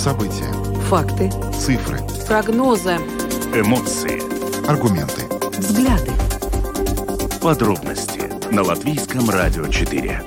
События. Факты. Цифры. Прогнозы. Эмоции. Аргументы. Взгляды. Подробности на Латвийском радио 4.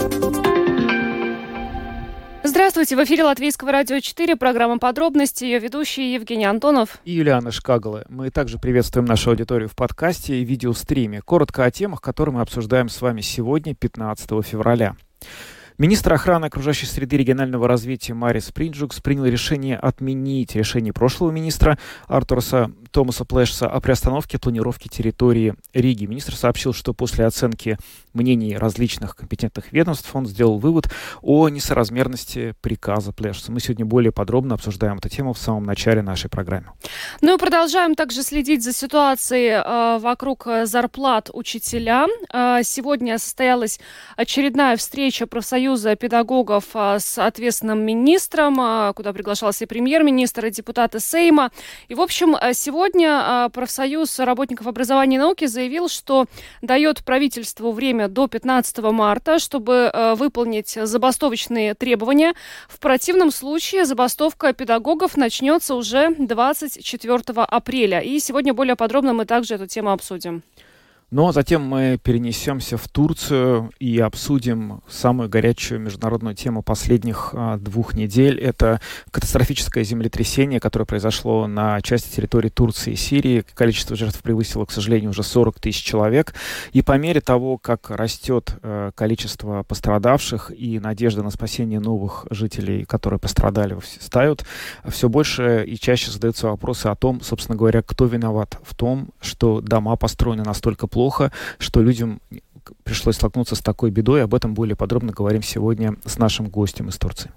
Здравствуйте, в эфире Латвийского радио 4, программа «Подробности», ее ведущие Евгений Антонов и Юлиана Шкагала. Мы также приветствуем нашу аудиторию в подкасте и видеостриме. Коротко о темах, которые мы обсуждаем с вами сегодня, 15 февраля. Министр охраны окружающей среды и регионального развития Марис Спринджукс принял решение отменить решение прошлого министра Артураса Томаса Плешса о приостановке планировки территории Риги. Министр сообщил, что после оценки мнений различных компетентных ведомств он сделал вывод о несоразмерности приказа Плешса. Мы сегодня более подробно обсуждаем эту тему в самом начале нашей программы. Ну и продолжаем также следить за ситуацией вокруг зарплат учителям. Сегодня состоялась очередная встреча профсоюза педагогов с ответственным министром, куда приглашался и премьер-министр, и депутаты Сейма. И, в общем, сегодня профсоюз работников образования и науки заявил, что дает правительству время до 15 марта, чтобы выполнить забастовочные требования. В противном случае забастовка педагогов начнется уже 24 апреля. И сегодня более подробно мы также эту тему обсудим. Но затем мы перенесемся в Турцию и обсудим самую горячую международную тему последних 2 недель. Это катастрофическое землетрясение, которое произошло на части территории Турции и Сирии. Количество жертв превысило, к сожалению, уже 40 тысяч человек. И по мере того, как растет количество пострадавших и надежда на спасение новых жителей, которые пострадали, встают, все больше и чаще задаются вопросы о том, собственно говоря, кто виноват в том, что дома построены настолько плохо, что людям пришлось столкнуться с такой бедой. Об этом более подробно говорим сегодня с нашим гостем из Турции.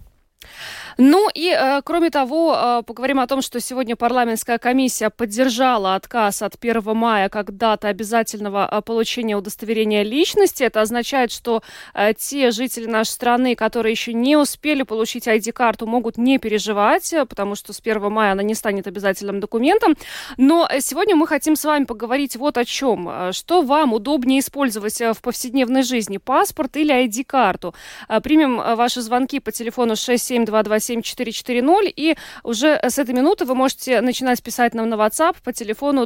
Ну и, кроме того, поговорим о том, что сегодня парламентская комиссия поддержала отказ от 1 мая как дата обязательного получения удостоверения личности. Это означает, что те жители нашей страны, которые еще не успели получить ID-карту, могут не переживать, потому что с 1 мая она не станет обязательным документом. Но сегодня мы хотим с вами поговорить вот о чем. Что вам удобнее использовать в повседневной жизни, паспорт или ID-карту? Примем ваши звонки по телефону 67227440, и уже с этой минуты вы можете начинать писать нам на WhatsApp по телефону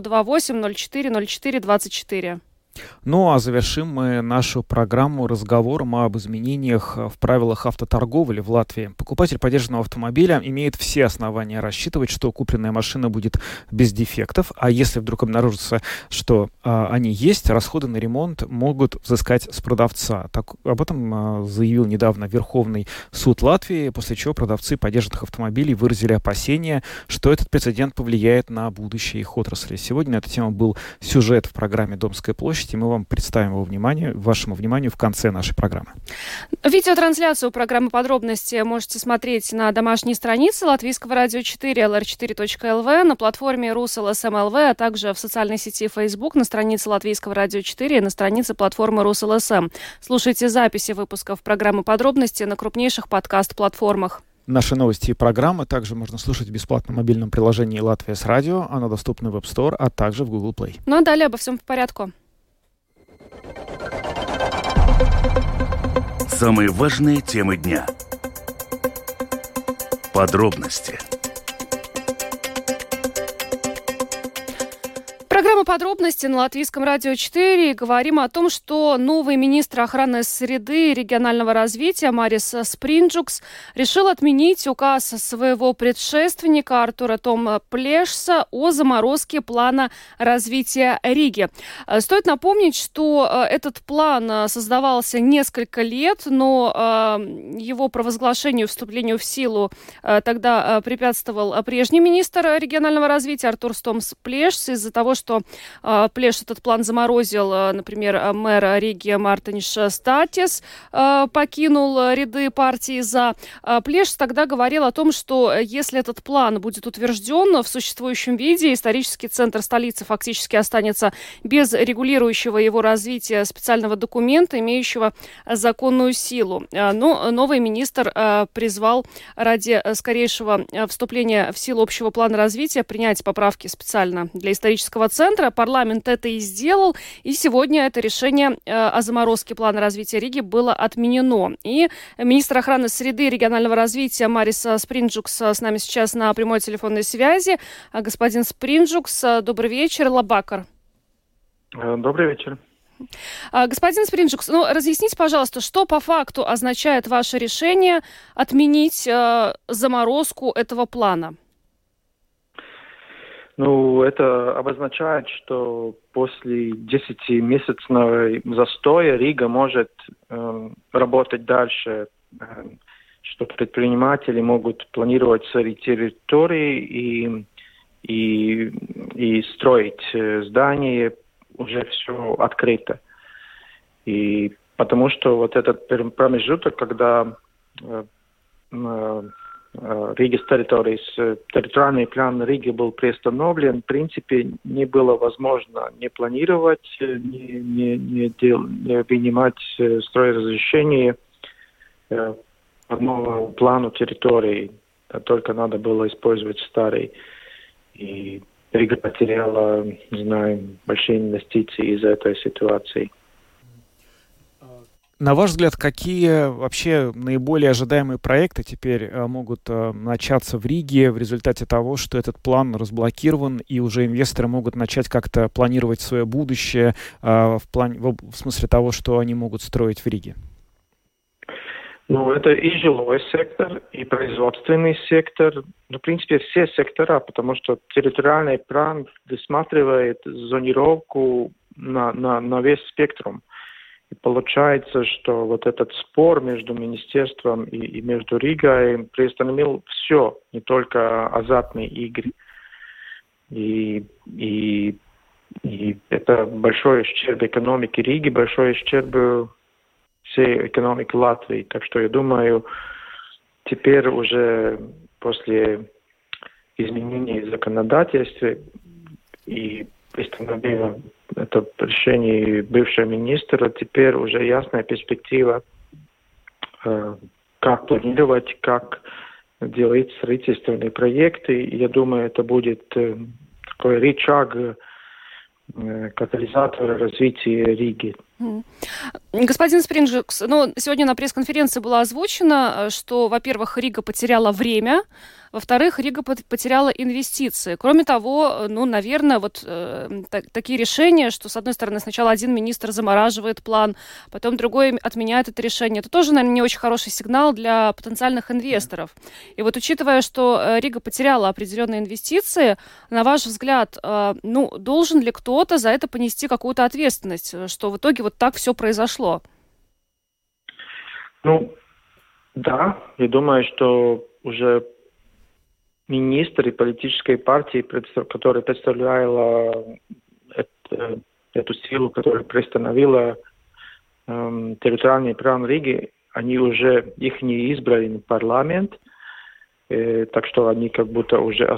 28040424. Ну а завершим мы нашу программу разговором об изменениях в правилах автоторговли в Латвии. Покупатель подержанного автомобиля имеет все основания рассчитывать, что купленная машина будет без дефектов, а если вдруг обнаружится, что они есть, расходы на ремонт могут взыскать с продавца. Об этом заявил недавно Верховный суд Латвии, после чего продавцы подержанных автомобилей выразили опасения, что этот прецедент повлияет на будущее их отрасли. Сегодня на эту тему был сюжет в программе «Домская площадь», и мы вам представим его вашему вниманию в конце нашей программы. Видеотрансляцию программы «Подробности» можете смотреть на домашней странице Латвийского радио 4, lr4.lv, на платформе RusLSM.lv, а также в социальной сети Facebook, на странице Латвийского радио 4 и на странице платформы RusLSM. Слушайте записи выпусков программы «Подробности» на крупнейших подкаст-платформах. Наши новости и программы также можно слушать в бесплатном мобильном приложении «Латвия с радио». Оно доступно в App Store, а также в Google Play. Ну а далее обо всем по порядку. Самые важные темы дня. Подробности. Программа «Подробности» на Латвийском радио 4. И говорим о том, что новый министр охраны среды и регионального развития Марис Спринджукс решил отменить указ своего предшественника Артура Тома Плешса о заморозке плана развития Риги. Стоит напомнить, что этот план создавался несколько лет, но его провозглашению, вступлению в силу тогда препятствовал прежний министр регионального развития Артур Томс Плешс из-за того, что Плешс этот план заморозил. Например, мэр Риги Мартинš Статис покинул ряды партии «За». Плешс тогда говорил о том, что если этот план будет утвержден в существующем виде, исторический центр столицы фактически останется без регулирующего его развития специального документа, имеющего законную силу. Но новый министр призвал ради скорейшего вступления в силу общего плана развития принять поправки специально для исторического центра. парламент это и сделал, и сегодня это решение о заморозке плана развития Риги было отменено. И министр охраны среды и регионального развития Марис Спринджукс с нами сейчас на прямой телефонной связи. Господин Спринджукс, добрый вечер. Лабакар. Добрый вечер. Господин Спринджукс, разъясните, пожалуйста, что по факту означает ваше решение отменить заморозку этого плана? Это обозначает, что после 10-месячного застоя Рига может работать дальше, что предприниматели могут планировать свои территории и строить здания, уже все открыто. И потому что вот этот промежуток, когда Рига территориальный план Риги был приостановлен, в принципе, не было возможно не планировать, не принимать стройразрешение по новому плану территории. Только надо было использовать старый. И Рига потеряла, большие инвестиции из-за этой ситуации. На ваш взгляд, какие вообще наиболее ожидаемые проекты теперь могут начаться в Риге в результате того, что этот план разблокирован, и уже инвесторы могут начать как-то планировать свое будущее в смысле того, что они могут строить в Риге? Это и жилой сектор, и производственный сектор. В принципе, все сектора, потому что территориальный план предусматривает зонировку на весь спектрум. И получается, что вот этот спор между министерством и между Ригой приостановил все, не только азартные игры. И это большой ущерб экономике Риги, большой ущерб всей экономики Латвии. Так что я думаю, теперь уже после изменений законодательства и постановления это решение бывшего министра, теперь уже ясная перспектива, как планировать, как делать строительственные проекты. И я думаю, это будет такой рычаг, катализатор развития Риги. Господин Спринджукс, сегодня на пресс-конференции было озвучено, что, во-первых, Рига потеряла время, во-вторых, Рига потеряла инвестиции. Кроме того, наверное, такие решения, что, с одной стороны, сначала один министр замораживает план, потом другой отменяет это решение, это тоже, наверное, не очень хороший сигнал для потенциальных инвесторов. И учитывая, что Рига потеряла определенные инвестиции, на ваш взгляд, должен ли кто-то за это понести какую-то ответственность, что в итоге вот так все произошло? Да, я думаю, что уже министр и политической партии, которая представляла эту силу, которая приостановила территориальный план Риги, они уже их не избрали в парламент, так что они как будто уже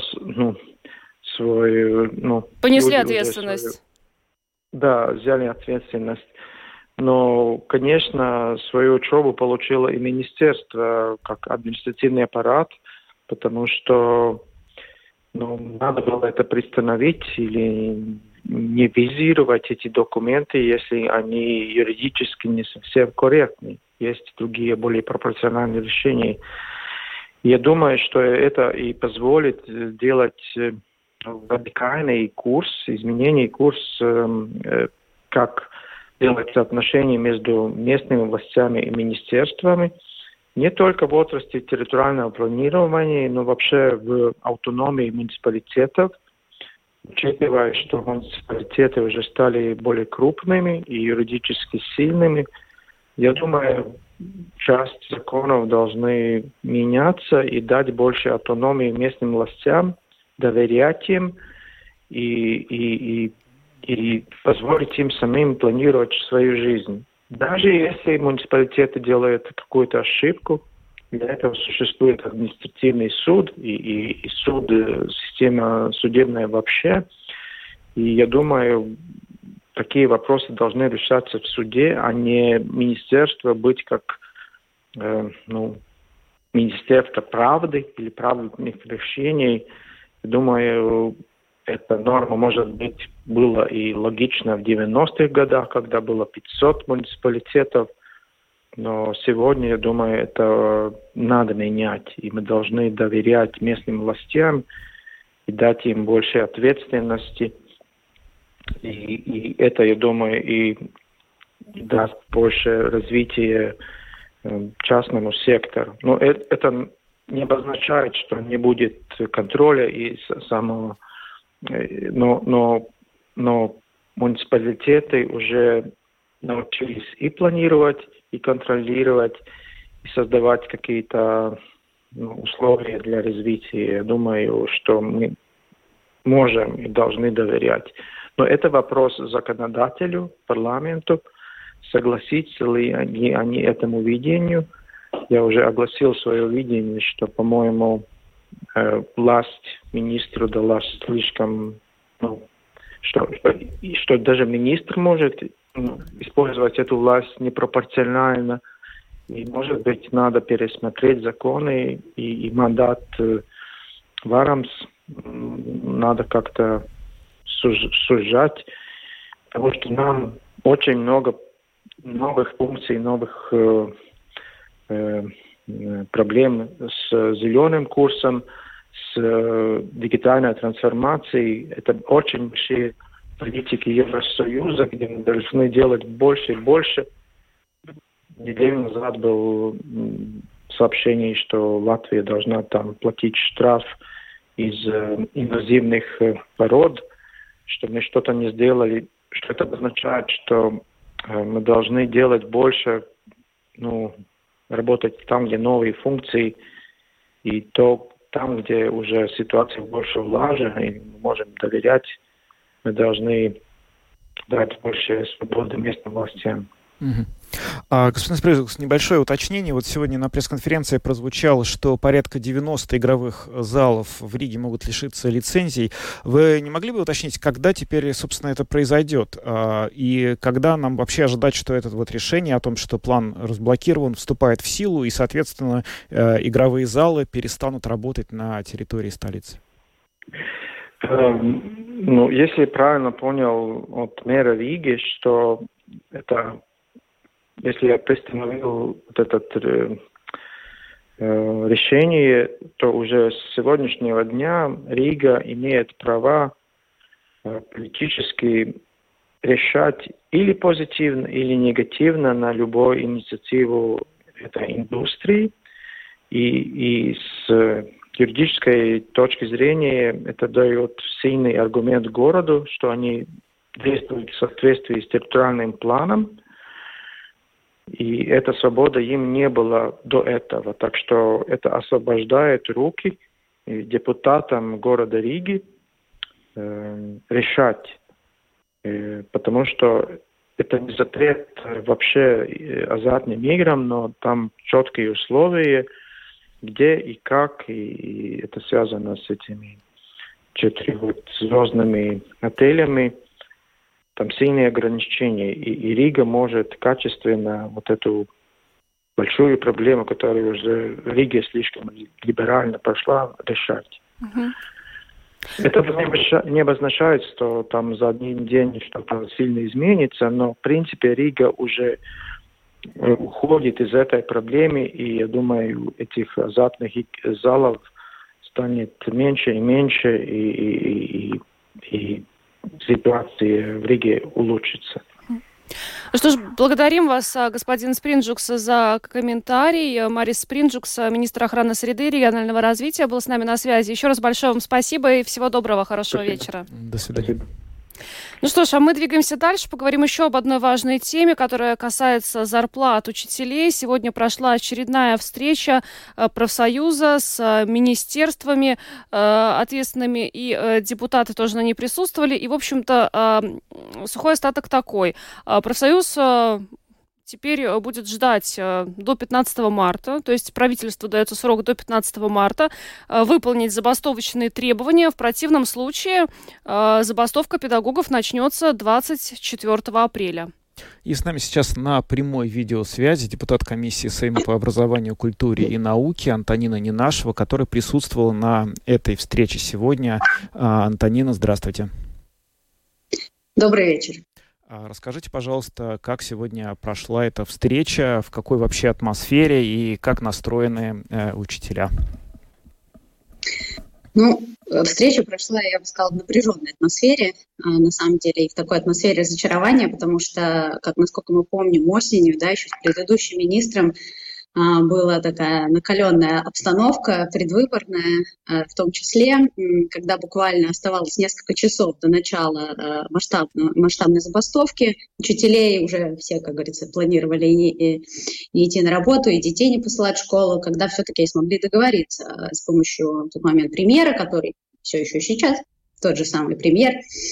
свою... понесли ответственность. Взяли ответственность. Но, конечно, свою учебу получило и министерство как административный аппарат, потому что надо было это приостановить или не визировать эти документы, если они юридически не совсем корректны. Есть другие, более пропорциональные решения. Я думаю, что это и позволит сделать радикальный курс, изменение курса, как делать соотношение между местными властями и министерствами, не только в отрасли территориального планирования, но вообще в автономии муниципалитетов, учитывая, что муниципалитеты уже стали более крупными и юридически сильными. Я думаю, часть законов должны меняться и дать больше автономии местным властям, доверять им и позволить им самим планировать свою жизнь. Даже если муниципалитеты делают какую-то ошибку, для этого существует административный суд и суд, система судебная вообще. И я думаю, такие вопросы должны решаться в суде, а не министерство быть как министерство правды или правильных решений. Думаю, эта норма, может быть, была и логична в 90-х годах, когда было 500 муниципалитетов. Но сегодня, я думаю, это надо менять. И мы должны доверять местным властям и дать им больше ответственности. И это, я думаю, и даст больше развития частному сектору. Но это не обозначает, что не будет контроля и самого... Но муниципалитеты уже научились и планировать, и контролировать, и создавать какие-то условия для развития. Я думаю, что мы можем и должны доверять. Но это вопрос законодателю, парламенту, согласиться ли они этому видению. Я уже огласил свое видение, что, по-моему, власть министру дала слишком... что даже министр может использовать эту власть непропорционально. И, может быть, надо пересмотреть законы и мандат ВАРАМС надо как-то сужать, потому что нам очень много новых функций, новых проблем с зеленым курсом, с дигитальной трансформацией. Это очень большие политики Евросоюза, где мы должны делать больше и больше. Неделю назад было сообщение, что Латвия должна там платить штраф из инвазивных пород, что мы что-то не сделали. Что это означает, что мы должны делать больше, работать там, где новые функции, и то там, где уже ситуация больше влажена, и мы можем доверять, мы должны дать больше свободы местным властям. Господин Спринджукс, небольшое уточнение. Вот сегодня на пресс-конференции прозвучало, что порядка 90 игровых залов в Риге могут лишиться лицензий. Вы не могли бы уточнить, когда теперь, собственно, это произойдет? И когда нам вообще ожидать, что это вот решение о том, что план разблокирован, вступает в силу, и, соответственно, игровые залы перестанут работать на территории столицы? Если я правильно понял от мэра Риги, что это... Если я постановил вот это решение, то уже с сегодняшнего дня Рига имеет права политически решать или позитивно, или негативно на любую инициативу этой индустрии. И с юридической точки зрения это дает сильный аргумент городу, что они действуют в соответствии с территориальным планом. И эта свобода им не была до этого. Так что это освобождает руки депутатам города Риги решать. Потому что это не запрет вообще азартным играм, но там четкие условия, где и как. И это связано с этими 4-звездными отелями. Там сильные ограничения, и Рига может качественно вот эту большую проблему, которая уже в Риге слишком либерально прошла, решать. Это не обозначает, что там за один день что-то сильно изменится, но в принципе Рига уже уходит из этой проблемы, и я думаю, этих азартных залов станет меньше и меньше, и ситуация в Риге улучшится. Что ж, благодарим вас, господин Спринджукс, за комментарий. Марис Спринджукс, министр охраны среды и регионального развития, был с нами на связи. Еще раз большое вам спасибо и всего доброго, хорошего вечера. До свидания. Ну что ж, а мы двигаемся дальше. Поговорим еще об одной важной теме, которая касается зарплат учителей. Сегодня прошла очередная встреча профсоюза с министерствами ответственными, и депутаты тоже на ней присутствовали. И, в общем-то, сухой остаток такой. Профсоюз теперь будет ждать до 15 марта, то есть правительству дается срок до 15 марта, выполнить забастовочные требования. В противном случае забастовка педагогов начнется 24 апреля. И с нами сейчас на прямой видеосвязи депутат комиссии Сейма по образованию, культуре и науке Антонина Ненашева, которая присутствовала на этой встрече сегодня. Антонина, здравствуйте. Добрый вечер. Расскажите, пожалуйста, как сегодня прошла эта встреча, в какой вообще атмосфере и как настроены учителя? Встреча прошла, я бы сказала, в напряженной атмосфере, на самом деле, и в такой атмосфере разочарования, потому что, насколько мы помним, осенью, еще с предыдущим министром была такая накаленная обстановка, предвыборная, в том числе, когда буквально оставалось несколько часов до начала масштабной забастовки. Учителей уже все, как говорится, планировали не идти на работу, и детей не посылать в школу, когда все-таки смогли договориться с помощью в тот момент премьера, который все еще сейчас, тот же самый премьер,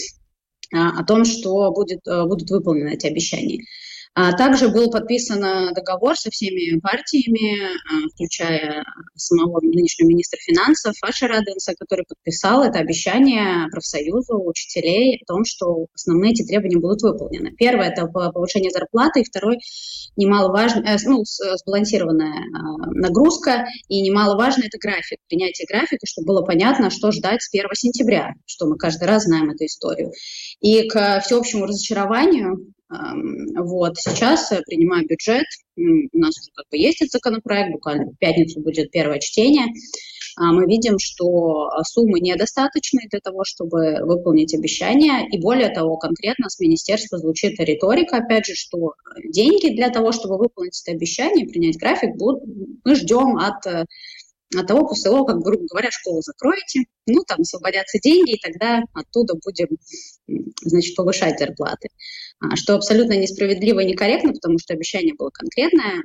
о том, что будут выполнены эти обещания. Также был подписан договор со всеми партиями, включая самого нынешнего министра финансов Аша Раденса, который подписал это обещание профсоюзу учителей о том, что основные эти требования будут выполнены. Первое – это повышение зарплаты, и второй – немаловажно, сбалансированная нагрузка, и немаловажно – это график, принятие графика, чтобы было понятно, что ждать с 1 сентября, что мы каждый раз знаем эту историю. И к всеобщему разочарованию сейчас, принимая бюджет, у нас уже есть этот законопроект, буквально в пятницу будет первое чтение, мы видим, что суммы недостаточны для того, чтобы выполнить обещания, и более того, конкретно с министерства звучит риторика, опять же, что деньги для того, чтобы выполнить это обещание, принять график, мы ждем от того, после того, как, грубо говоря, школу закроете, там освободятся деньги, и тогда оттуда будем, повышать зарплаты. Что абсолютно несправедливо и некорректно, потому что обещание было конкретное,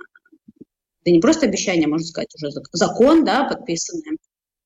да не просто обещание, можно сказать, уже закон, подписанный.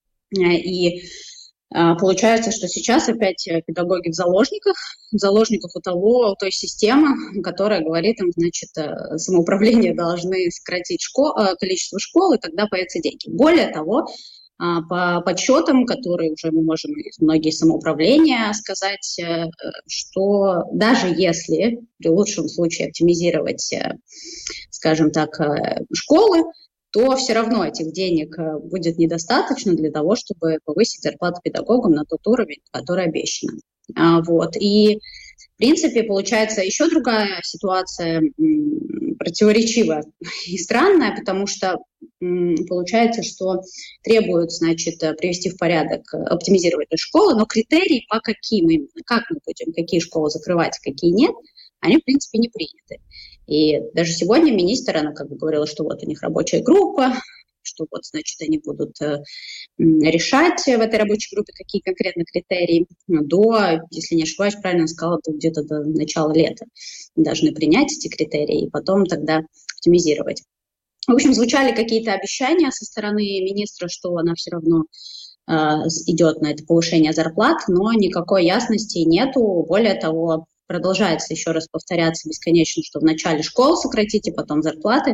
И получается, что сейчас опять педагоги в заложниках у той системы, которая говорит им, самоуправление должны сократить количество школ, и тогда появятся деньги. Более того, по подсчетам, которые уже мы можем многие самоуправления сказать, что даже если при лучшем случае оптимизировать, скажем так, школы, то все равно этих денег будет недостаточно для того, чтобы повысить зарплату педагогам на тот уровень, который обещан. И, в принципе, получается еще другая ситуация, противоречивая и странная, потому что получается, что требуют, привести в порядок, оптимизировать школы, но критерии по каким именно, как мы будем, какие школы закрывать, какие нет, они, в принципе, не приняты. И даже сегодня министр, она говорила, что у них рабочая группа, что они будут решать в этой рабочей группе, какие конкретно критерии если не ошибаюсь, правильно сказала, то где-то до начала лета должны принять эти критерии и потом тогда оптимизировать. В общем, звучали какие-то обещания со стороны министра, что она все равно идет на это повышение зарплат, но никакой ясности нету. Более того, продолжается еще раз повторяться бесконечно, что вначале школу сократите, потом зарплаты.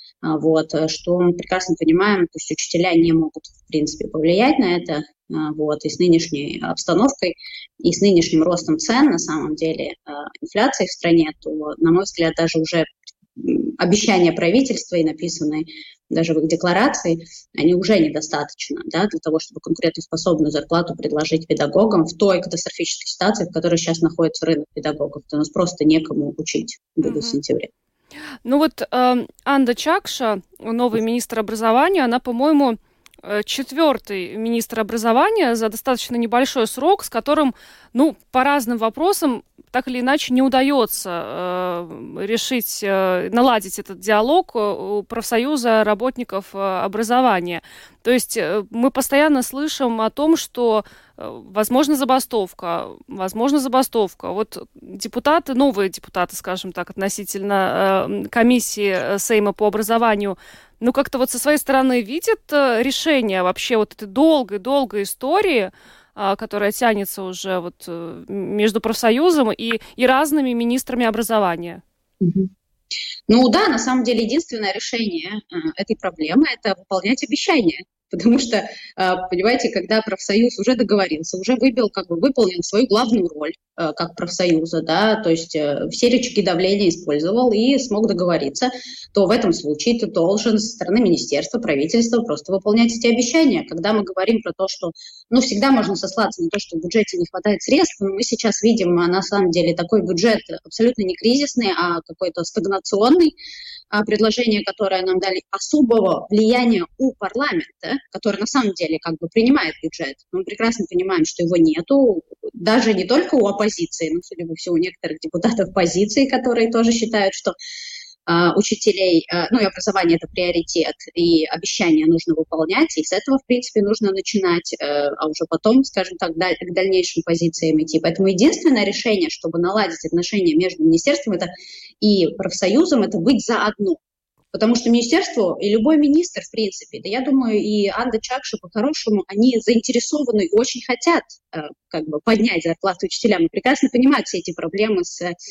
Что мы прекрасно понимаем, то есть учителя не могут, в принципе, повлиять на это. И с нынешней обстановкой, и с нынешним ростом цен, на самом деле, инфляции в стране, то, на мой взгляд, даже уже обещания правительства и написанные даже в их декларации, они уже недостаточно для того, чтобы конкурентоспособную зарплату предложить педагогам в той катастрофической ситуации, в которой сейчас находится рынок педагогов. То у нас просто некому учить будет в сентябре. Анда Чакша, новый министр образования, она, по-моему, 4-й министр образования за достаточно небольшой срок, с которым, по разным вопросам так или иначе не удается наладить этот диалог у профсоюза работников образования. То есть мы постоянно слышим о том, что возможно забастовка. Депутаты, новые депутаты, скажем так, относительно комиссии Сейма по образованию, как-то со своей стороны видят решение вообще этой долгой истории, которая тянется уже между профсоюзом и разными министрами образования. На самом деле единственное решение этой проблемы – это выполнять обещания. Потому что, понимаете, когда профсоюз уже договорился, уже выполнил свою главную роль как профсоюза, да, то есть все рычаги давления использовал и смог договориться, то в этом случае ты должен со стороны министерства, правительства просто выполнять эти обещания. Когда мы говорим про то, что, всегда можно сослаться на то, что в бюджете не хватает средств, но мы сейчас видим, на самом деле, такой бюджет абсолютно не кризисный, а какой-то стагнационный, предложения, которые нам дали, особого влияния у парламента, который на самом деле принимает бюджет. Мы прекрасно понимаем, что его нету, даже не только у оппозиции, но, судя по всему, у некоторых депутатов позиции, которые тоже считают, что учителей, и образование – это приоритет, и обещания нужно выполнять, и с этого, в принципе, нужно начинать, а уже потом, скажем так, к дальнейшим позициям идти. Поэтому единственное решение, чтобы наладить отношения между министерством и профсоюзом, это быть заодно. Потому что министерство и любой министр, в принципе, да я думаю, и Анда Чакша по-хорошему, они заинтересованы и очень хотят поднять зарплату учителям. И прекрасно понимают все эти проблемы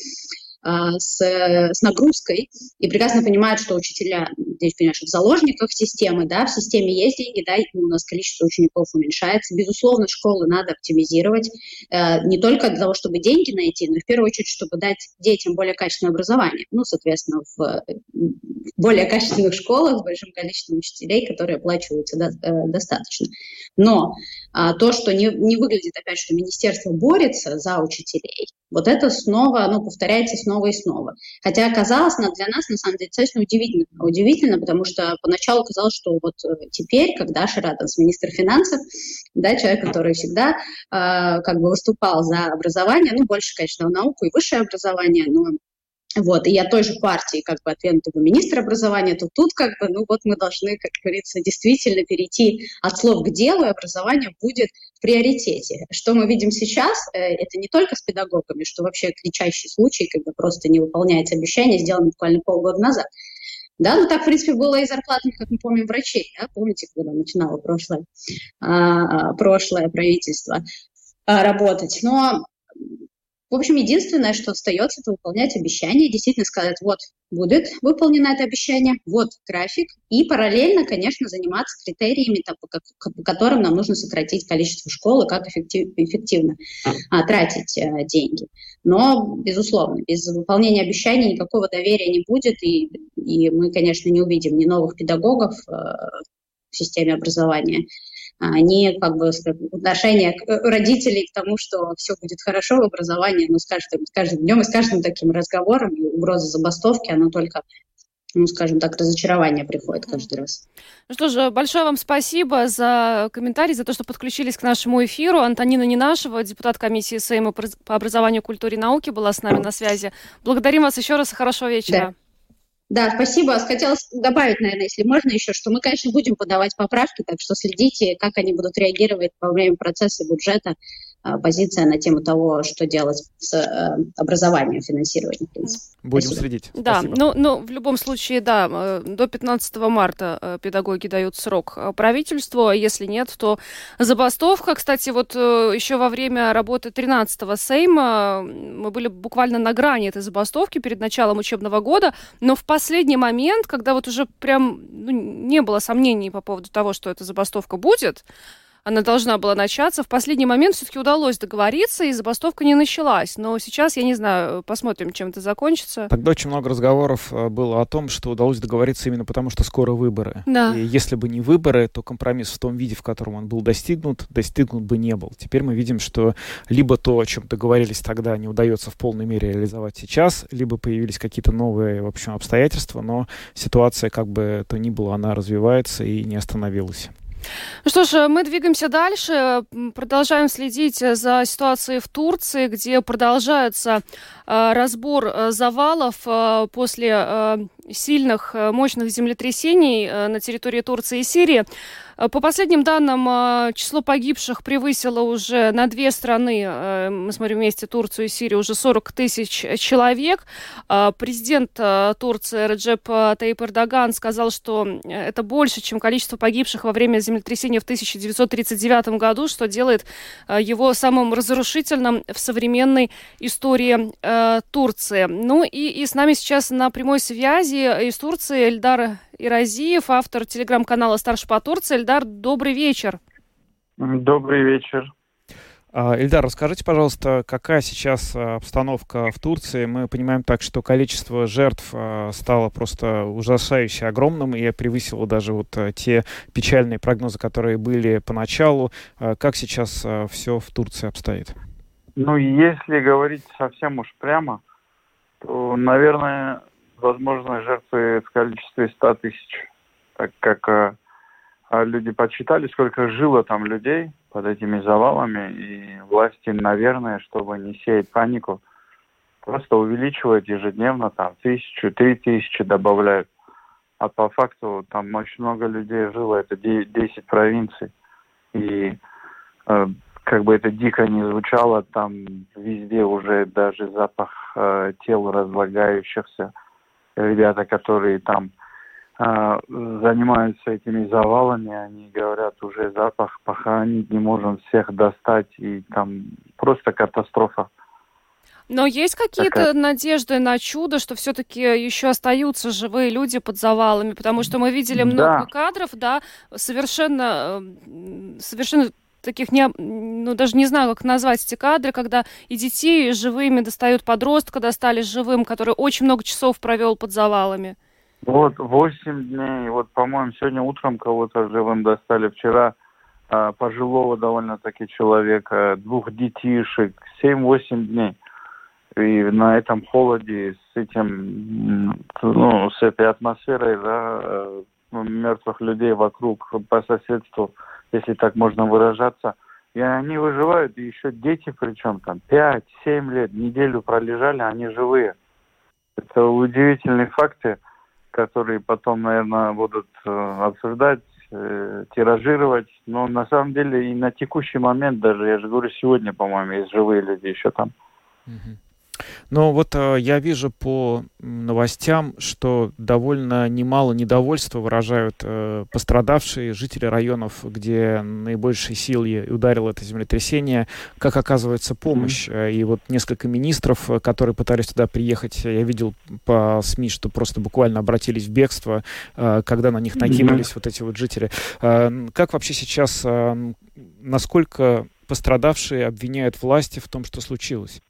с нагрузкой и прекрасно понимают, что учителя, здесь, понимаешь, в заложниках системы, да, в системе есть деньги, да, у нас количество учеников уменьшается. Безусловно, школы надо оптимизировать не только для того, чтобы деньги найти, но и в первую очередь, чтобы дать детям более качественное образование. Соответственно, в более качественных школах с большим количеством учителей, которые оплачиваются достаточно. Но то, что не выглядит, опять, что министерство борется за учителей, вот это снова, повторяется снова и снова. Хотя оказалось для нас, на самом деле, достаточно удивительно, потому что поначалу казалось, что вот теперь, когда Шарадас, министр финансов, да, человек, который всегда выступал за образование, больше, конечно, в науку и высшее образование, но и я той же партии, отвергнутого министра образования, то тут мы должны, как говорится, действительно перейти от слов к делу, и образование будет в приоритете. Что мы видим сейчас, это не только с педагогами, что вообще кричащий случай, когда просто не выполняется обещание, сделано буквально полгода назад. Да, так, в принципе, было и зарплатных, как мы помним, врачей. Да? Помните, когда начинало прошлое правительство работать. Но в общем, единственное, что остается, это выполнять обещания, действительно сказать, вот будет выполнено это обещание, вот график, и параллельно, конечно, заниматься критериями, по которым нам нужно сократить количество школ и как эффективно тратить деньги. Но, безусловно, без выполнения обещаний никакого доверия не будет, и мы, конечно, не увидим ни новых педагогов в системе образования, ни отношение родителей к тому, что все будет хорошо в образовании, но с каждым днем и с каждым таким разговором, и угроза забастовки, она только, разочарование приходит каждый раз. Что же, большое вам спасибо за комментарий, за то, что подключились к нашему эфиру. Антонина Ненашева, депутат комиссии Сейма по образованию, культуре и науке, была с нами на связи. Благодарим вас еще раз и хорошего вечера. Да, спасибо. Хотелось добавить, наверное, если можно еще, что мы, конечно, будем подавать поправки, так что следите, как они будут реагировать во время процесса бюджета, позиция на тему того, что делать с образованием, финансированием. Будем следить. Да, но в любом случае, да, до 15 марта педагоги дают срок правительству, а если нет, то забастовка. Кстати, еще во время работы 13-го Сейма мы были буквально на грани этой забастовки перед началом учебного года, но в последний момент, когда уже прям не было сомнений по поводу того, что эта забастовка будет, она должна была начаться. В последний момент все-таки удалось договориться, и забастовка не началась. Но сейчас, я не знаю, посмотрим, чем это закончится. Тогда очень много разговоров было о том, что удалось договориться именно потому, что скоро выборы. Да. И если бы не выборы, то компромисс в том виде, в котором он был достигнут бы не был. Теперь мы видим, что либо то, о чем договорились тогда, не удается в полной мере реализовать сейчас, либо появились какие-то новые, в общем, обстоятельства, но ситуация, как бы то ни было, она развивается и не остановилась. Что ж, мы двигаемся дальше, продолжаем следить за ситуацией в Турции, где продолжается разбор завалов после сильных, мощных землетрясений на территории Турции и Сирии. По последним данным, число погибших превысило уже на две страны, мы смотрим вместе Турцию и Сирию, уже 40 тысяч человек. Президент Турции Реджеп Тайип Эрдоган сказал, что это больше, чем количество погибших во время землетрясения в 1939 году, что делает его самым разрушительным в современной истории Турции. И с нами сейчас на прямой связи из Турции Эльдар Иразиев, автор телеграм-канала «Старший по Турции». Эльдар, добрый вечер. Добрый вечер. Эльдар, расскажите, пожалуйста, какая сейчас обстановка в Турции? Мы понимаем так, что количество жертв стало просто ужасающе огромным и превысило даже вот те печальные прогнозы, которые были поначалу. Как сейчас все в Турции обстоит? Ну, если говорить совсем уж прямо, то, наверное, возможно, жертвы в количестве 100 тысяч, так как люди подсчитали, сколько жило там людей под этими завалами, и власти, наверное, чтобы не сеять панику, просто увеличивают ежедневно, там, 1000, 3000 добавляют. А по факту там очень много людей жило, это 10 провинций. И как бы это дико не звучало, там везде уже даже запах тел разлагающихся. Ребята, которые там занимаются этими завалами, они говорят, уже запах похоронить не можем, всех достать, и там просто катастрофа. Но есть какие-то надежды на чудо, что все-таки еще остаются живые люди под завалами? Потому что мы видели много кадров, да, совершенно таких, даже не знаю, как назвать эти кадры, когда и детей живыми достают, подростка достали живым, который очень много часов провел под завалами. Вот 8 дней, вот, по-моему, сегодня утром кого-то живым достали, вчера пожилого довольно-таки человека, 2 детишек, 7-8 дней. И на этом холоде, с этой атмосферой, да, мертвых людей вокруг, по соседству, если так можно выражаться, и они выживают, и еще дети, причем там 5-7 лет, неделю пролежали, они живые. Это удивительные факты, которые потом, наверное, будут обсуждать, тиражировать. Но на самом деле и на текущий момент даже, я же говорю, сегодня, по-моему, есть живые люди еще там. Но вот я вижу по новостям, что довольно немало недовольства выражают пострадавшие жители районов, где наибольшей силой ударило это землетрясение, как оказывается помощь. И вот несколько министров, которые пытались туда приехать, я видел по СМИ, что просто буквально обратились в бегство, когда на них накинулись вот эти вот жители. Как вообще сейчас, насколько пострадавшие обвиняют власти в том, что случилось?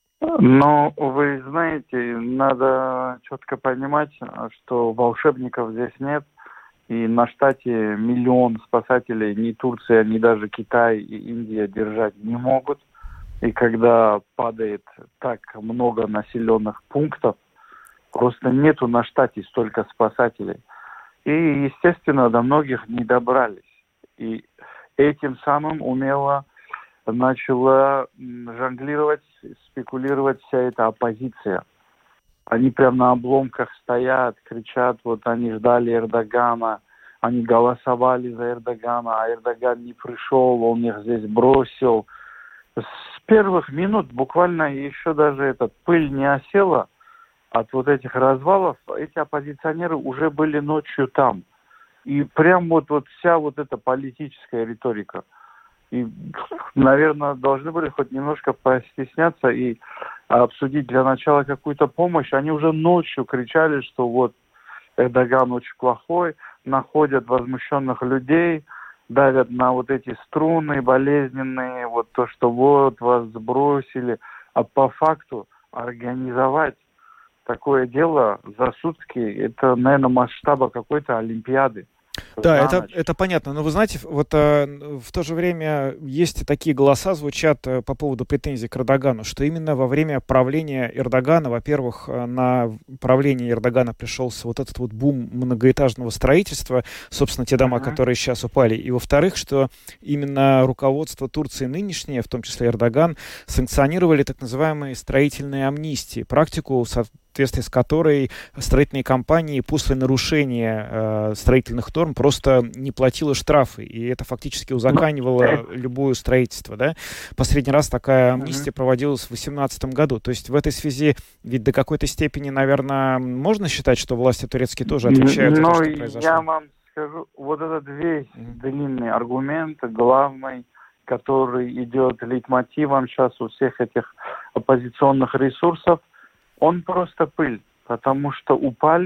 Но вы знаете, надо четко понимать, что волшебников здесь нет. И на штате 1 миллион спасателей ни Турция, ни даже Китай и Индия держать не могут. И когда падает так много населенных пунктов, просто нету на штате столько спасателей. И, естественно, до многих не добрались. И этим самым умело начала жонглировать, спекулировать вся эта оппозиция. Они прям на обломках стоят, кричат, вот они ждали Эрдогана, они голосовали за Эрдогана, а Эрдоган не пришел, он их здесь бросил. С первых минут буквально еще даже пыль не осела от вот этих развалов, эти оппозиционеры уже были ночью там. И прям вот вся вот эта политическая риторика. И, наверное, должны были хоть немножко постесняться и обсудить для начала какую-то помощь. Они уже ночью кричали, что вот Эрдоган очень плохой, находят возмущенных людей, давят на вот эти струны болезненные, вот то, что вот вас сбросили. А по факту организовать такое дело за сутки, это, наверное, масштаба какой-то Олимпиады. Да, это понятно. Но вы знаете, вот в то же время есть такие голоса, звучат по поводу претензий к Эрдогану, что именно во время правления Эрдогана, во-первых, на правление Эрдогана пришелся вот этот вот бум многоэтажного строительства, собственно, те дома, которые сейчас упали, и во-вторых, что именно руководство Турции нынешнее, в том числе Эрдоган, санкционировали так называемые строительные амнистии, практику, в соответствии с которой строительные компании после нарушения строительных норм просто не платила штрафы, и это фактически узаконивало любое строительство, да? Последний раз такая амнистия проводилась в 2018 году. То есть в этой связи ведь до какой-то степени, наверное, можно считать, что власти турецкие тоже отвечают за то, что произошло? Я вам скажу, вот этот весь длинный аргумент, главный, который идет лейтмотивом сейчас у всех этих оппозиционных ресурсов, он просто пыль, потому что упали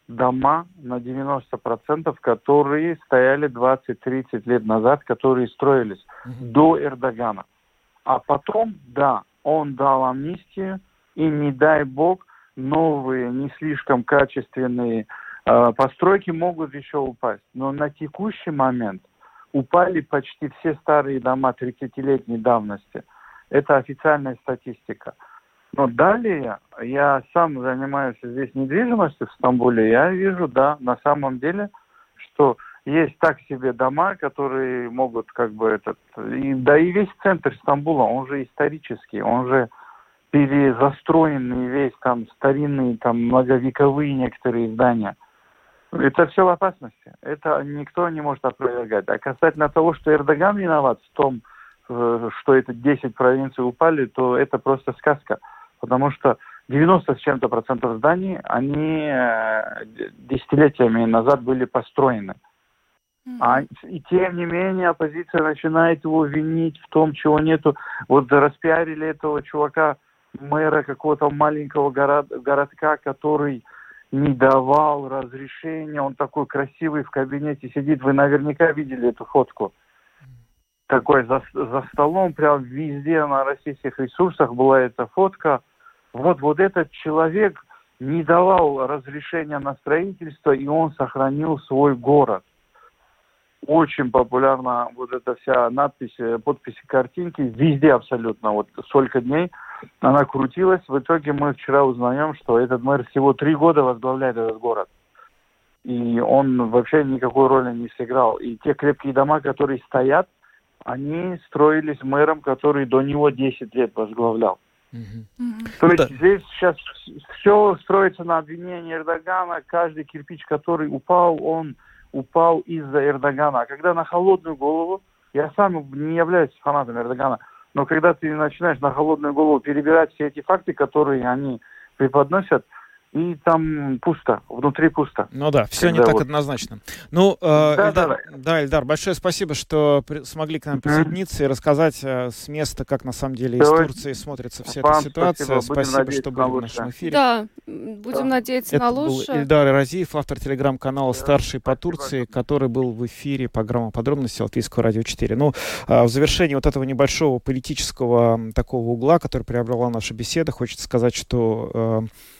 дома на 90%, которые стояли 20-30 лет назад, которые строились до Эрдогана. А потом, да, он дал амнистию, и не дай бог, новые, не слишком качественные постройки могут еще упасть. Но на текущий момент упали почти все старые дома 30-летней давности. Это официальная статистика. Но далее, я сам занимаюсь здесь недвижимостью в Стамбуле, я вижу, да, на самом деле, что есть так себе дома, которые могут и весь центр Стамбула, он же исторический, он же перезастроенный весь, там старинные, там многовековые некоторые здания. Это все в опасности. Это никто не может опровергать. А касательно того, что Эрдоган виноват в том, что это 10 провинций упали, то это просто сказка. Потому что 90 с чем-то процентов зданий, они десятилетиями назад были построены. И тем не менее оппозиция начинает его винить в том, чего нету. Вот распиарили этого чувака, мэра какого-то маленького городка, который не давал разрешения. Он такой красивый в кабинете сидит. Вы наверняка видели эту фотку. Такой за столом, прям везде на российских ресурсах была эта фотка. Вот этот человек не давал разрешения на строительство, и он сохранил свой город. Очень популярна вот эта вся надпись, подписи, картинки, везде абсолютно, вот столько дней она крутилась. В итоге мы вчера узнаем, что этот мэр всего 3 года возглавляет этот город. И он вообще никакой роли не сыграл. И те крепкие дома, которые стоят, они строились мэром, который до него 10 лет возглавлял. То есть здесь сейчас все строится на обвинении Эрдогана. Каждый кирпич, который упал, он упал из-за Эрдогана. А когда на холодную голову, я сам не являюсь фанатом Эрдогана, но когда ты начинаешь на холодную голову перебирать все эти факты, которые они преподносят, и там пусто, внутри пусто. Ну да, все не так однозначно. Ну, Эльдар, большое спасибо, что смогли к нам присоединиться и рассказать с места, как на самом деле из Турции смотрится вся эта ситуация. Спасибо, что были в нашем эфире. Да, будем надеяться на лучшее. Это был Эльдар Разиев, автор телеграм-канала «Старший по Турции», который был в эфире программы «Подробности» Латвийского радио 4. Ну, в завершении вот этого небольшого политического такого угла, который приобрела наша беседа, хочется сказать, что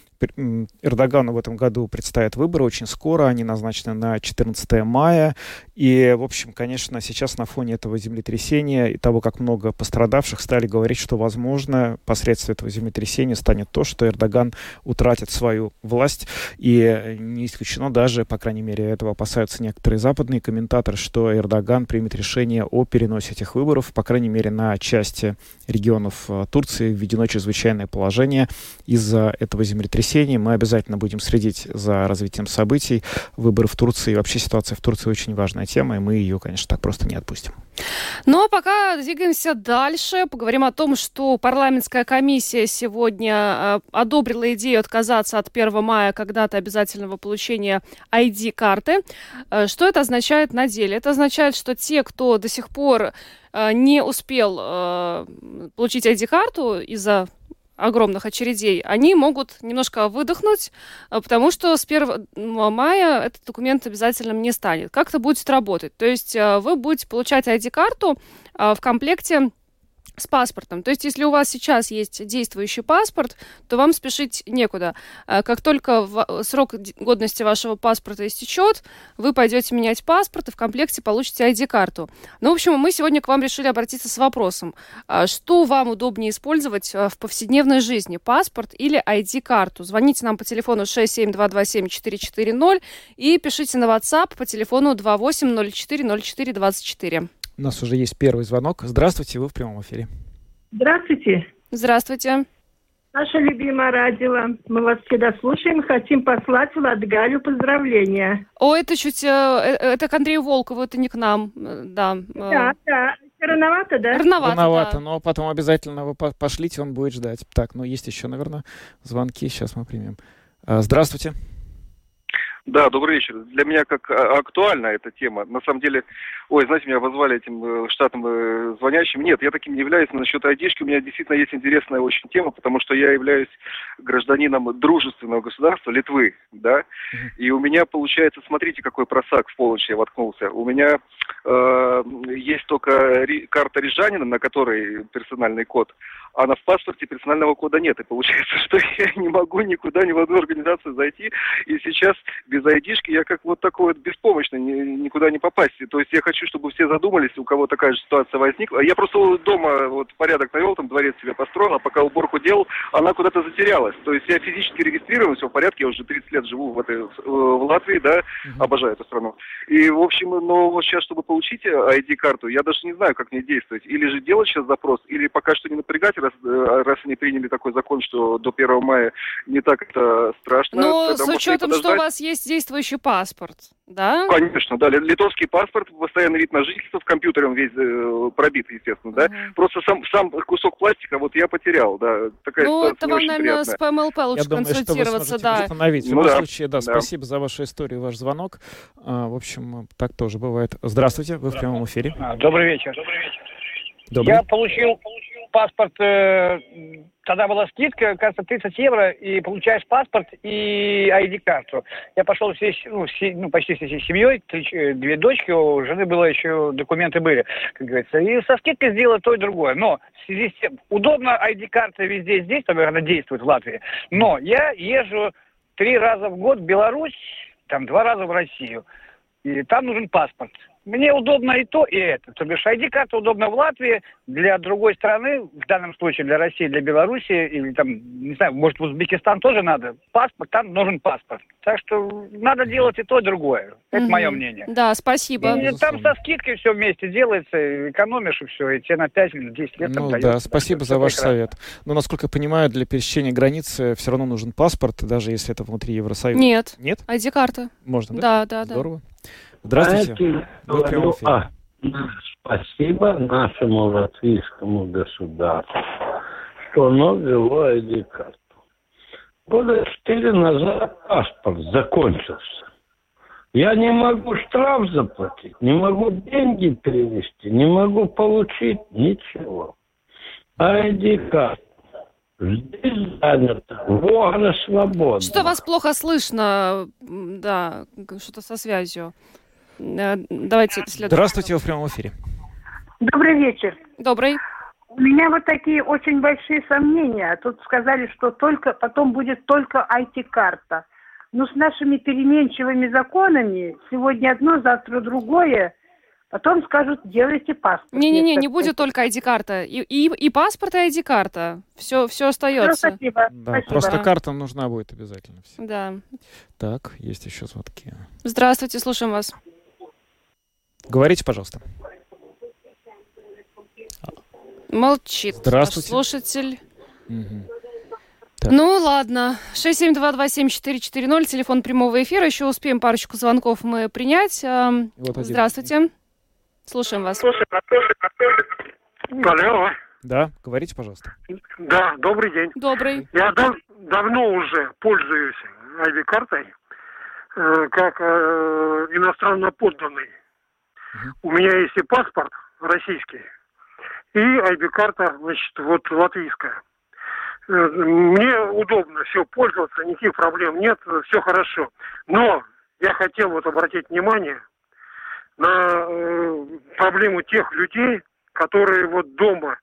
Эрдогану в этом году предстоят выборы очень скоро, они назначены на 14 мая, и, в общем, конечно, сейчас на фоне этого землетрясения и того, как много пострадавших, стали говорить, что, возможно, последствием этого землетрясения станет то, что Эрдоган утратит свою власть, и не исключено даже, по крайней мере, этого опасаются некоторые западные комментаторы, что Эрдоган примет решение о переносе этих выборов, по крайней мере, на части регионов Турции введено чрезвычайное положение из-за этого землетрясения. Мы обязательно будем следить за развитием событий, выборов в Турции. И вообще ситуация в Турции очень важная тема, и мы ее, конечно, так просто не отпустим. Ну, а пока двигаемся дальше. Поговорим о том, что парламентская комиссия сегодня одобрила идею отказаться от 1 мая когда-то обязательного получения ID-карты. Что это означает на деле? Это означает, что те, кто до сих пор не успел получить ID-карту из-за огромных очередей, они могут немножко выдохнуть, потому что с 1 мая этот документ обязательным не станет. Как это будет работать? То есть вы будете получать ID-карту в комплекте с паспортом. То есть, если у вас сейчас есть действующий паспорт, то вам спешить некуда. Как только срок годности вашего паспорта истечет, вы пойдете менять паспорт и в комплекте получите ID-карту. Ну, в общем, мы сегодня к вам решили обратиться с вопросом. Что вам удобнее использовать в повседневной жизни? Паспорт или ID-карту? Звоните нам по телефону 67227440 и пишите на WhatsApp по телефону 28040424. У нас уже есть первый звонок. Здравствуйте, вы в прямом эфире. Здравствуйте. Здравствуйте. Наша любимая радио. Мы вас всегда слушаем. Хотим послать в Латгалию поздравления. О, это к Андрею Волкову, это не к нам. Да. Да. Рановато, да? Рановато, да. Но потом обязательно вы пошлите, он будет ждать. Так, есть еще, наверное, звонки. Сейчас мы примем. Здравствуйте. Да, добрый вечер. Для меня как актуальна эта тема. На самом деле, знаете, меня позвали этим штатным звонящим. Нет, я таким не являюсь. Но насчет айдишки у меня действительно есть интересная очень тема, потому что я являюсь гражданином дружественного государства Литвы, да. И у меня получается, смотрите, какой просак в полночь я воткнулся. У меня есть только карта рижанина, на которой персональный код, а в паспорте персонального кода нет. И получается, что я не могу никуда, ни в одну организацию зайти. И сейчас без айдишки я как вот такой вот беспомощный, никуда не попасть. То есть я хочу, чтобы все задумались, у кого такая же ситуация возникла. Я просто дома вот порядок навел, там дворец себе построил, а пока уборку делал, она куда-то затерялась. То есть я физически регистрирован, все в порядке, я уже 30 лет живу в Латвии, да, обожаю эту страну. И, в общем, но вот сейчас, чтобы получить ID-карту, я даже не знаю, как мне действовать. Или же делать сейчас запрос, или пока что не напрягать, раз они приняли такой закон, что до 1 мая не так это страшно. Но с учетом, что у вас есть действующий паспорт, да? Конечно, да. Литовский паспорт, постоянный вид на жительство, в компьютере он весь пробит, естественно, да. Просто сам кусок пластика вот я потерял, да. Такая ситуация это вам, наверное, с ПМЛП лучше консультироваться, да. В любом случае, да, спасибо за вашу историю, ваш звонок. В общем, так тоже бывает. Здравствуйте, вы в прямом эфире. Добрый вечер. Я получил паспорт, тогда была скидка, кажется, 30 евро, и получаешь паспорт и ID-карту. Я пошел почти всей семьей, 2 дочки, у жены было еще, документы были, как говорится. И со скидкой сделала то и другое. Но в связи с тем, удобно ID-карта везде здесь, она действует в Латвии. Но я езжу 3 раза в год в Беларусь, 2 раза в Россию. И там нужен паспорт. Мне удобно и то, и это. То бишь ID-карта удобна в Латвии, для другой страны, в данном случае для России, для Беларуси, или не знаю, может в Узбекистан тоже надо. Паспорт, там нужен паспорт. Так что надо делать и то, и другое. Это мое мнение. Да, спасибо. И там со скидкой все вместе делается, экономишь и все, и тебе на 5-10 лет там дается. Да, спасибо за ваш совет. Но, насколько я понимаю, для пересечения границы все равно нужен паспорт, даже если это внутри Евросоюза. Нет. Нет? ID-карта. Можно, да? Да. Здорово. Здравствуйте. Спасибо нашему латвийскому государству, что оно ввело ID-карту. Года 4 назад паспорт закончился. Я не могу штраф заплатить, не могу деньги перевести, не могу получить ничего. ID-карта. Здесь занято. Вогна свободна. Что вас плохо слышно? Да, что-то со связью. Давайте следующий. Здравствуйте, вы в прямом эфире. Добрый вечер. Добрый. У меня вот такие очень большие сомнения. Тут сказали, что потом будет только IT-карта. Но с нашими переменчивыми законами сегодня одно, завтра другое. Потом скажут, делайте паспорт. Не будет только ID-карта. И паспорт, и ID-карта. Все остается. Спасибо. Да, Спасибо. просто карта нужна будет обязательно. Всем. Да. Так, есть еще звонки. Здравствуйте, слушаем вас. Говорите, пожалуйста. Молчит. Здравствуйте. Наш слушатель. Так. Ну, ладно. 67227-440, телефон прямого эфира. Еще успеем парочку звонков мы принять. Здравствуйте. Слушаем вас. Алло. Да, говорите, пожалуйста. Да, добрый день. Добрый. Я давно уже пользуюсь ID-картой как иностранно подданный. У меня есть и паспорт российский, и ID-карта, латвийская. Мне удобно все пользоваться, никаких проблем нет, все хорошо. Но я хотел обратить внимание на проблему тех людей, которые дома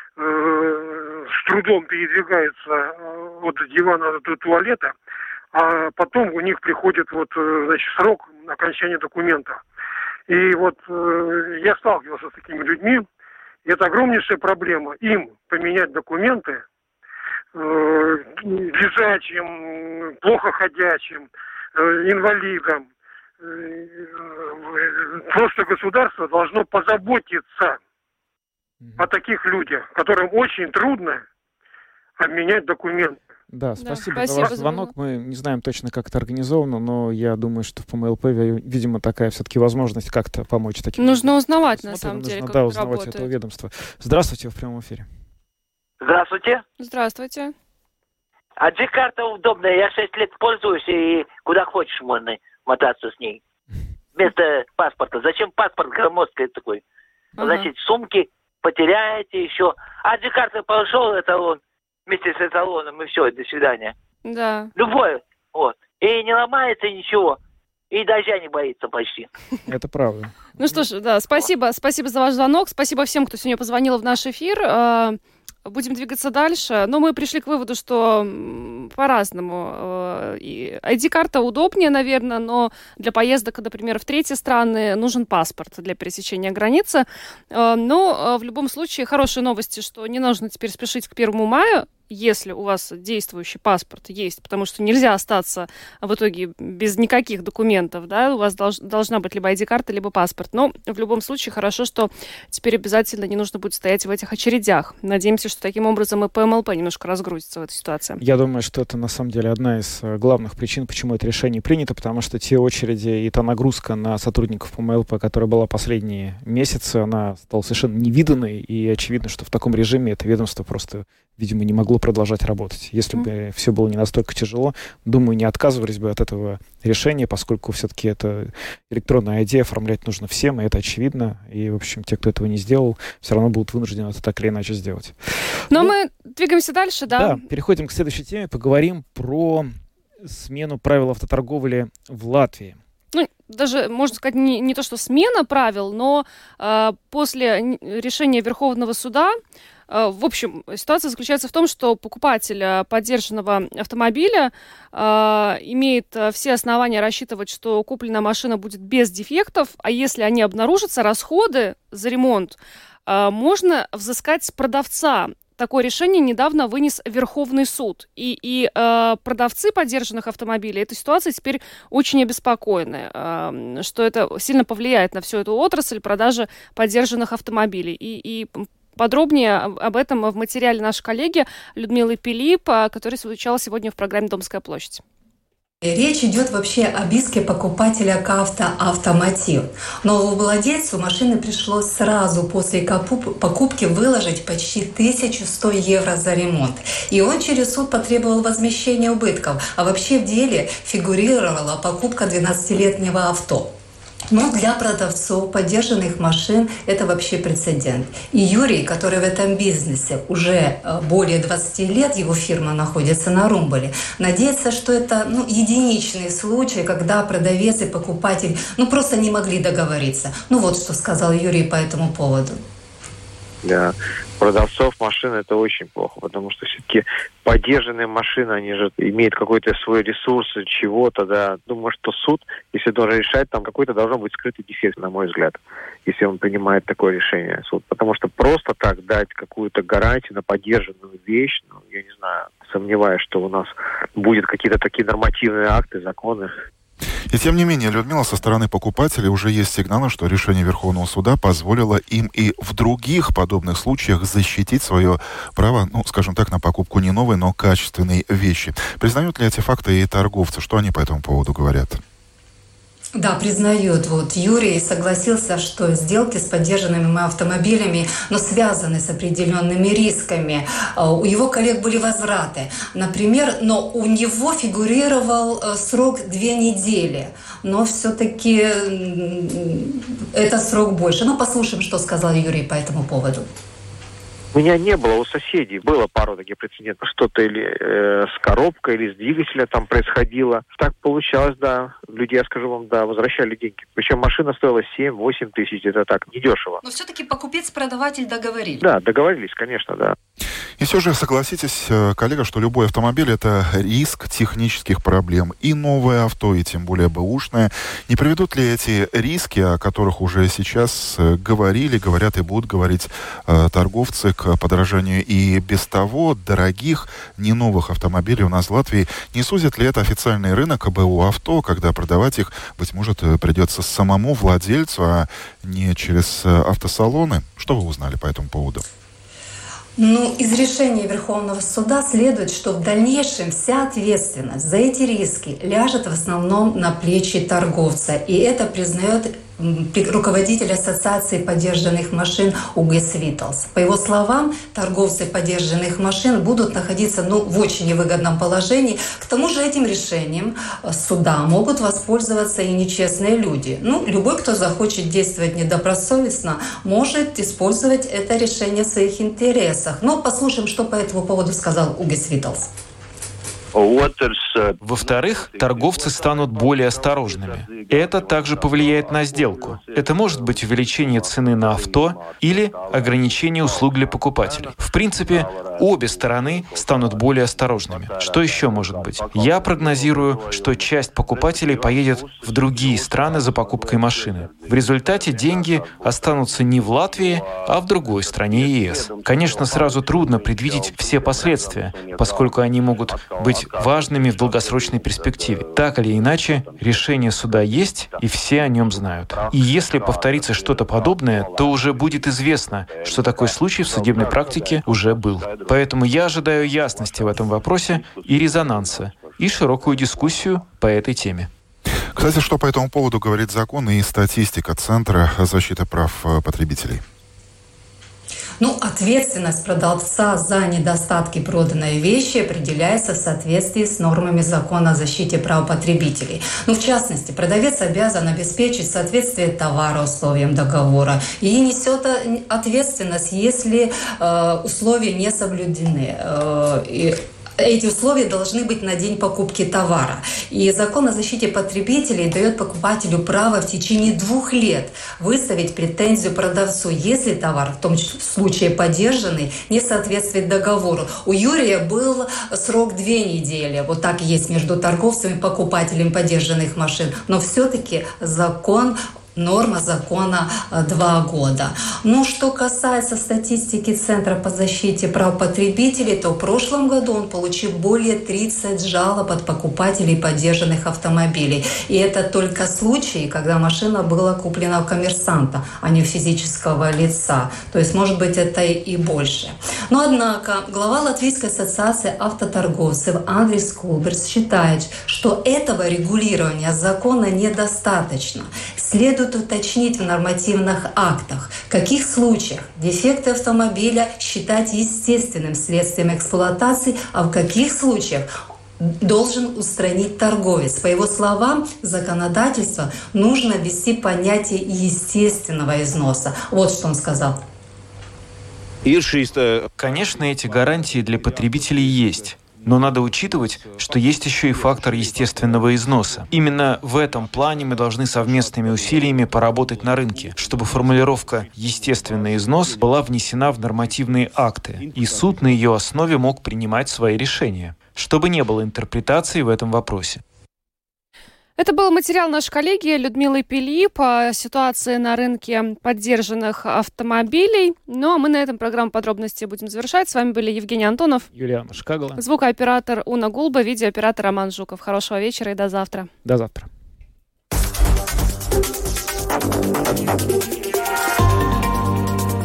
с трудом передвигаются от дивана до туалета, а потом у них приходит срок окончания документа. И я сталкивался с такими людьми. Это огромнейшая проблема. Им поменять документы лежачим, плохо ходячим, инвалидам. Просто государство должно позаботиться о таких людях, которым очень трудно обменять документы. Да, спасибо за ваш звонок. Мы не знаем точно, как это организовано, но я думаю, что в ПМЛП, видимо, такая все-таки возможность как-то помочь таким. Нужно узнавать, на самом деле, как это узнавать работает. этого ведомства. Здравствуйте, в прямом эфире. Здравствуйте. Здравствуйте. мотаться с ней. Вместо паспорта. Зачем паспорт громоздкий такой? Значит, сумки потеряете еще. А ID-карта пошел эталон вместе с эталоном, и все, до свидания. Да. Любое. Вот. И не ломается ничего. И дождя не боится почти. Это правда. Ну что ж, да, спасибо за ваш звонок. Спасибо всем, кто сегодня позвонил в наш эфир. Будем двигаться дальше. Но мы пришли к выводу, что по-разному. ID-карта удобнее, наверное, но для поездок, например, в третьи страны нужен паспорт для пересечения границы. Но в любом случае хорошие новости, что не нужно теперь спешить к 1 мая, если у вас действующий паспорт есть, потому что нельзя остаться в итоге без никаких документов, да, у вас должна быть либо ID-карта, либо паспорт. Но в любом случае хорошо, что теперь обязательно не нужно будет стоять в этих очередях. Надеемся, что таким образом и ПМЛП немножко разгрузится в этой ситуации. Я думаю, что это на самом деле одна из главных причин, почему это решение принято, потому что те очереди и та нагрузка на сотрудников ПМЛП, которая была последние месяцы, она стала совершенно невиданной, и очевидно, что в таком режиме это ведомство просто, видимо, не могло продолжать работать. Если бы все было не настолько тяжело, думаю, не отказывались бы от этого решения, поскольку все-таки это электронное ID оформлять нужно всем, и это очевидно. И, в общем, те, кто этого не сделал, все равно будут вынуждены это так или иначе сделать. Но мы двигаемся дальше, да? Да, переходим к следующей теме, поговорим про смену правил автоторговли в Латвии. Ну, даже, можно сказать, не то, что смена правил, но после решения Верховного суда, в общем, ситуация заключается в том, что покупатель подержанного автомобиля имеет все основания рассчитывать, что купленная машина будет без дефектов, а если они обнаружатся, расходы за ремонт можно взыскать с продавца. Такое решение недавно вынес Верховный суд. И продавцы подержанных автомобилей этой ситуацией теперь очень обеспокоены, что это сильно повлияет на всю эту отрасль продажи подержанных автомобилей. И подробнее об этом в материале нашей коллеги Людмилы Пилип, которая звучала сегодня в программе «Домская площадь». Речь идет вообще об иске покупателя к «Автомотив». Новому владельцу машины пришлось сразу после покупки выложить почти 1100 евро за ремонт. И он через суд потребовал возмещения убытков. А вообще в деле фигурировала покупка 12-летнего авто. Но для продавцов подержанных машин это вообще прецедент. И Юрий, который в этом бизнесе уже более 20 лет, его фирма находится на Румболе, надеется, что это единичный случай, когда продавец и покупатель просто не могли договориться. Вот что сказал Юрий по этому поводу. Для продавцов машин это очень плохо, потому что все-таки подержанные машины, они же имеют какой-то свой ресурс, чего-то, да. Думаю, что суд, если должен решать, там какой-то должен быть скрытый дефект, на мой взгляд, если он принимает такое решение, суд. Потому что просто так дать какую-то гарантию на подержанную вещь, я не знаю, сомневаюсь, что у нас будут какие-то такие нормативные акты, законы. И тем не менее, Людмила, со стороны покупателей уже есть сигналы, что решение Верховного суда позволило им и в других подобных случаях защитить свое право, скажем так, на покупку не новой, но качественной вещи. Признают ли эти факты и торговцы? Что они по этому поводу говорят? Да, признают. Юрий согласился, что сделки с подержанными автомобилями, связаны с определенными рисками. У его коллег были возвраты. Например, но у него фигурировал срок 2 недели. Но все-таки это срок больше. Послушаем, что сказал Юрий по этому поводу. У меня не было, у соседей было пару таких прецедентов. Что-то или с коробкой, или с двигателя там происходило. Так получалось, да. Люди, я скажу вам, да, возвращали деньги. Причем машина стоила 7-8 тысяч, это так, недешево. Но все-таки покупец-продаватель договорились. Да, договорились, конечно, да. И все же согласитесь, коллега, что любой автомобиль – это риск технических проблем. И новое авто, и тем более бэушное. Не приведут ли эти риски, о которых уже сейчас говорят и будут говорить торговцы, к подорожанию и без того дорогих, не новых автомобилей у нас в Латвии? Не сузит ли это официальный рынок БУ авто, когда продавать их, быть может, придется самому владельцу, а не через автосалоны? Что вы узнали по этому поводу? Из решения Верховного суда следует, что в дальнейшем вся ответственность за эти риски ляжет в основном на плечи торговца. И это признает руководитель Ассоциации подержанных машин Угис Виталс. По его словам, торговцы подержанных машин будут находиться в очень невыгодном положении. К тому же этим решением суда могут воспользоваться и нечестные люди. Любой, кто захочет действовать недобросовестно, может использовать это решение в своих интересах. Но послушаем, что по этому поводу сказал Угис Виталс. Во-вторых, торговцы станут более осторожными. Это также повлияет на сделку. Это может быть увеличение цены на авто или ограничение услуг для покупателей. В принципе, обе стороны станут более осторожными. Что еще может быть? Я прогнозирую, что часть покупателей поедет в другие страны за покупкой машины. В результате деньги останутся не в Латвии, а в другой стране ЕС. Конечно, сразу трудно предвидеть все последствия, поскольку они могут быть важными в долгосрочной перспективе. Так или иначе, решение суда есть, и все о нем знают. И если повторится что-то подобное, то уже будет известно, что такой случай в судебной практике уже был. Поэтому я ожидаю ясности в этом вопросе и резонанса, и широкую дискуссию по этой теме. Кстати, что по этому поводу говорит закон и статистика Центра защиты прав потребителей? Ответственность продавца за недостатки проданной вещи определяется в соответствии с нормами закона о защите прав потребителей. В частности, продавец обязан обеспечить соответствие товара условиям договора и несет ответственность, если условия не соблюдены. Эти условия должны быть на день покупки товара. И закон о защите потребителей дает покупателю право в течение 2 лет выставить претензию продавцу, если товар, в том случае подержанный, не соответствует договору. У Юрия был срок 2 недели. Вот так есть между торговцами и покупателем подержанных машин. Но все-таки норма закона 2 года. Что касается статистики Центра по защите прав потребителей, то в прошлом году он получил более 30 жалоб от покупателей подержанных автомобилей. И это только случаи, когда машина была куплена у коммерсанта, а не у физического лица. То есть, может быть, это и больше. Но, однако, глава Латвийской ассоциации автоторговцев Андрис Кулберс считает, что этого регулирования закона недостаточно. Следует уточнить в нормативных актах, в каких случаях дефекты автомобиля считать естественным следствием эксплуатации, а в каких случаях должен устранить торговец. По его словам, законодательство нужно ввести понятие естественного износа. Вот что он сказал. Конечно, эти гарантии для потребителей есть. Но надо учитывать, что есть еще и фактор естественного износа. Именно в этом плане мы должны совместными усилиями поработать на рынке, чтобы формулировка «естественный износ» была внесена в нормативные акты, и суд на ее основе мог принимать свои решения, чтобы не было интерпретаций в этом вопросе. Это был материал нашей коллеги Людмилы Пили по ситуации на рынке подержанных автомобилей. А мы на этом программу подробности будем завершать. С вами были Евгений Антонов, Юлия Машкагала, звукооператор Уна Гулба, видеооператор Роман Жуков. Хорошего вечера и до завтра. До завтра.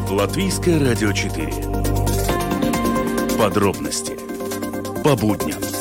Латвийское радио 4. Подробности по будням.